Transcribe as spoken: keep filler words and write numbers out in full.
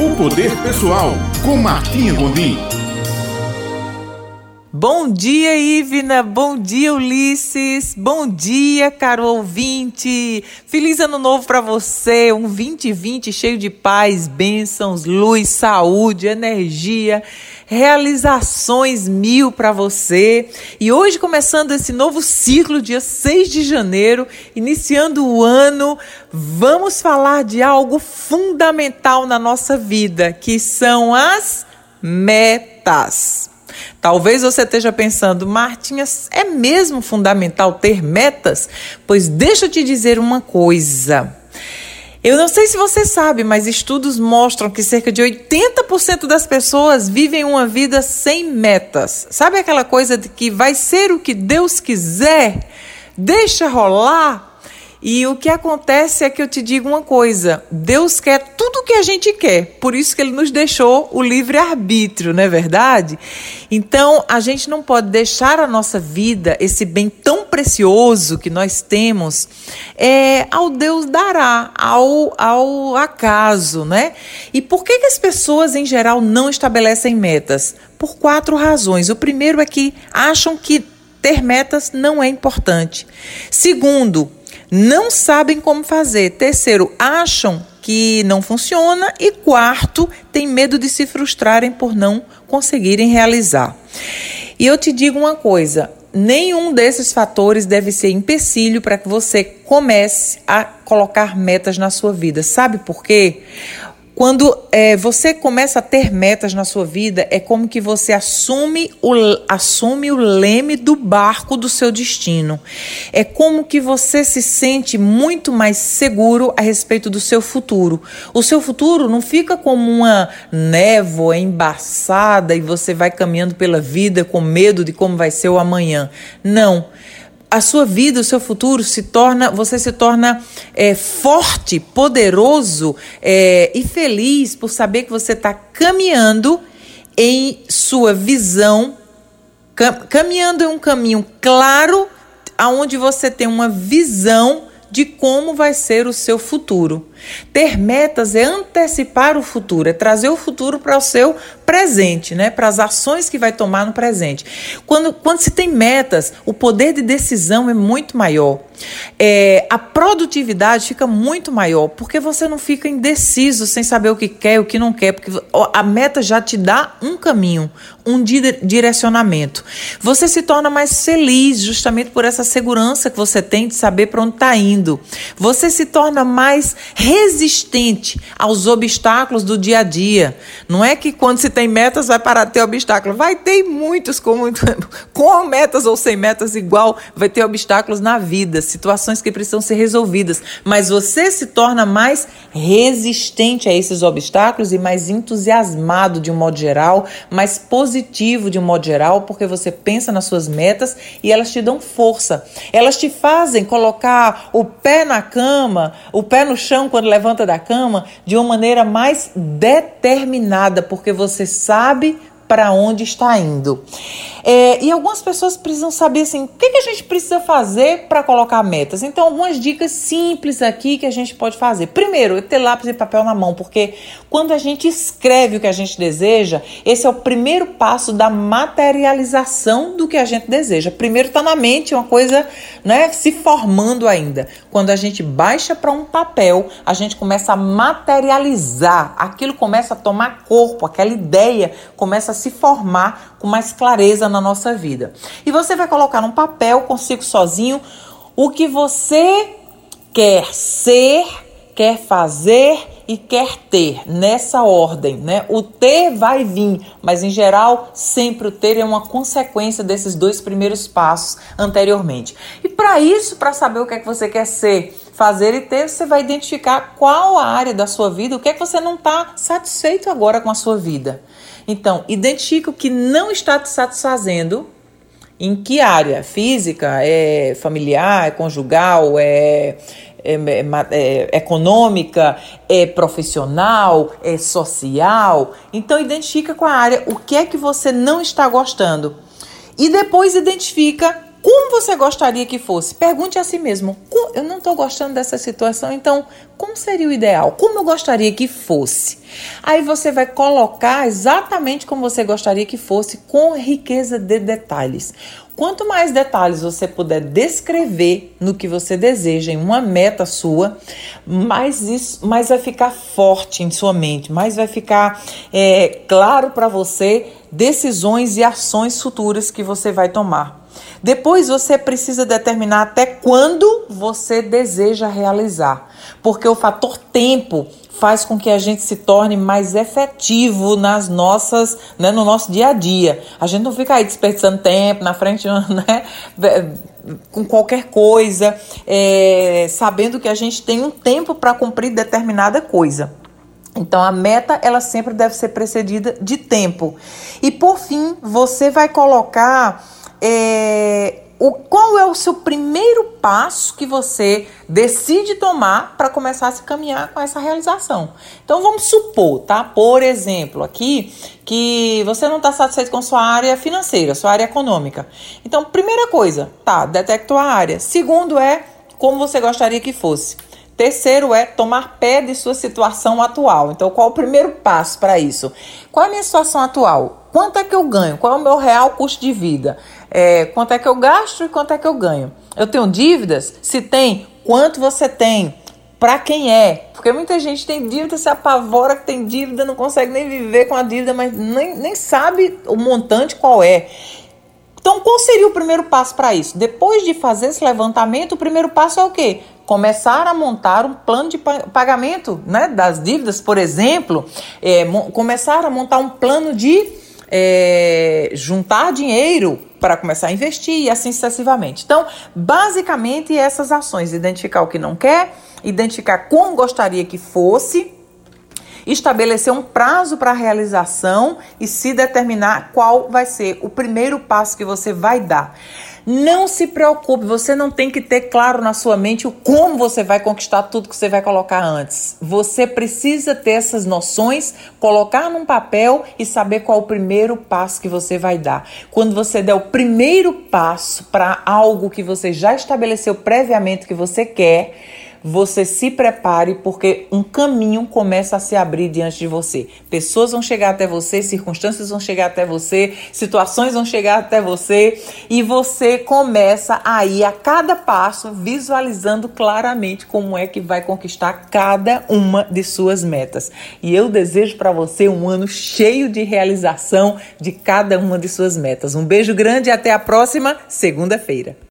O Poder Pessoal, com Martinha Gondim. Bom dia, Ivna. Bom dia, Ulisses. Bom dia, caro ouvinte. Feliz ano novo para você. Um vinte e vinte cheio de paz, bênçãos, luz, saúde, energia, realizações mil para você. E hoje, começando esse novo ciclo, dia seis de janeiro, iniciando o ano, vamos falar de algo fundamental na nossa vida, que são as metas. Talvez você esteja pensando, Martinha, é mesmo fundamental ter metas? Pois deixa eu te dizer uma coisa. Eu não sei se você sabe, mas estudos mostram que cerca de oitenta por cento das pessoas vivem uma vida sem metas. Sabe aquela coisa de que vai ser o que Deus quiser? Deixa rolar. E o que acontece é que eu te digo uma coisa, Deus quer tudo o que a gente quer, por isso que Ele nos deixou o livre-arbítrio, não é verdade? Então, a gente não pode deixar a nossa vida, esse bem tão precioso que nós temos, é, ao Deus dará, ao, ao acaso, né? E por que que as pessoas, em geral, não estabelecem metas? Por quatro razões. O primeiro é que acham que ter metas não é importante. Segundo, não sabem como fazer. Terceiro, acham que não funciona. E quarto, tem medo de se frustrarem por não conseguirem realizar. E eu te digo uma coisa, nenhum desses fatores deve ser empecilho para que você comece a colocar metas na sua vida. Sabe por quê? Quando é, você começa a ter metas na sua vida, é como que você assume o, assume o leme do barco do seu destino. É como que você se sente muito mais seguro a respeito do seu futuro. O seu futuro não fica como uma névoa embaçada e você vai caminhando pela vida com medo de como vai ser o amanhã. Não. A sua vida, o seu futuro se torna, você se torna é, forte, poderoso é, e feliz por saber que você está caminhando em sua visão, cam, caminhando em um caminho claro, onde você tem uma visão de como vai ser o seu futuro. Ter metas é antecipar o futuro, é trazer o futuro para o seu presente, né? Para as ações que vai tomar no presente. Quando, quando se tem metas, o poder de decisão é muito maior. É, a produtividade fica muito maior, porque você não fica indeciso, sem saber o que quer e o que não quer, porque a meta já te dá um caminho, um direcionamento. Você se torna mais feliz justamente por essa segurança que você tem de saber para onde está indo. Você se torna mais resistente aos obstáculos do dia a dia. Não é que quando se tem metas vai parar de ter obstáculos. Vai ter muitos, com, muito, com metas ou sem metas igual, vai ter obstáculos na vida, situações que precisam ser resolvidas. Mas você se torna mais resistente a esses obstáculos e mais entusiasmado de um modo geral, mais positivo de um modo geral, porque você pensa nas suas metas e elas te dão força. Elas te fazem colocar o pé na cama, o pé no chão quando levanta da cama, de uma maneira mais determinada, porque você sabe para onde está indo. É, e algumas pessoas precisam saber assim, o que, que a gente precisa fazer para colocar metas. Então, algumas dicas simples aqui que a gente pode fazer. Primeiro, é ter lápis e papel na mão, porque quando a gente escreve o que a gente deseja, esse é o primeiro passo da materialização do que a gente deseja. Primeiro está na mente, uma coisa, né, se formando ainda. Quando a gente baixa para um papel, a gente começa a materializar, aquilo começa a tomar corpo, aquela ideia começa a se formar com mais clareza na nossa vida. E você vai colocar num papel consigo sozinho o que você quer ser, quer fazer e quer ter, nessa ordem, né? O ter vai vir, mas em geral sempre o ter é uma consequência desses dois primeiros passos anteriormente. E para isso, para saber o que é que você quer ser, fazer e ter, você vai identificar qual a área da sua vida, o que é que você não está satisfeito agora com a sua vida. Então, identifique o que não está te satisfazendo. Em que área? Física? É familiar? É conjugal? É, é, é, é econômica? É profissional? É social? Então, identifica qual a área, o que é que você não está gostando. E depois identifica Como você gostaria que fosse? Pergunte a si mesmo. Eu não estou gostando dessa situação, então como seria o ideal? Como eu gostaria que fosse? Aí você vai colocar exatamente como você gostaria que fosse, com riqueza de detalhes. Quanto mais detalhes você puder descrever no que você deseja, em uma meta sua, mais, isso, mais vai ficar forte em sua mente, mais vai ficar é, claro para você decisões e ações futuras que você vai tomar. Depois você precisa determinar até quando você deseja realizar, porque o fator tempo faz com que a gente se torne mais efetivo nas nossas, né, no nosso dia a dia. A gente não fica aí desperdiçando tempo na frente, né, com qualquer coisa, é, sabendo que a gente tem um tempo para cumprir determinada coisa. Então, a meta, ela sempre deve ser precedida de tempo. E, por fim, você vai colocar é, o, qual é o seu primeiro passo que você decide tomar para começar a se caminhar com essa realização. Então, vamos supor, tá? Por exemplo, aqui, que você não está satisfeito com sua área financeira, sua área econômica. Então, primeira coisa, tá, detectou a área. Segundo é como você gostaria que fosse. Terceiro é tomar pé de sua situação atual. Então, qual é o primeiro passo para isso? Qual é a minha situação atual? Quanto é que eu ganho? Qual é o meu real custo de vida? É, quanto é que eu gasto e quanto é que eu ganho? Eu tenho dívidas? Se tem, quanto você tem? Para quem é? Porque muita gente tem dívida, se apavora que tem dívida, não consegue nem viver com a dívida, mas nem, nem sabe o montante qual é. Então, qual seria o primeiro passo para isso? Depois de fazer esse levantamento, o primeiro passo é o quê? Começar a montar um plano de pagamento, né, das dívidas, por exemplo. É, começar a montar um plano de é, juntar dinheiro para começar a investir e assim sucessivamente. Então, basicamente, essas ações: identificar o que não quer, identificar como gostaria que fosse, estabelecer um prazo para a realização e se determinar qual vai ser o primeiro passo que você vai dar. Não se preocupe, você não tem que ter claro na sua mente o como você vai conquistar tudo que você vai colocar antes. Você precisa ter essas noções, colocar num papel e saber qual o primeiro passo que você vai dar. Quando você der o primeiro passo para algo que você já estabeleceu previamente que você quer, você se prepare, porque um caminho começa a se abrir diante de você. Pessoas vão chegar até você, circunstâncias vão chegar até você, situações vão chegar até você, e você começa a ir a cada passo visualizando claramente como é que vai conquistar cada uma de suas metas. E eu desejo para você um ano cheio de realização de cada uma de suas metas. Um beijo grande e até a próxima segunda-feira.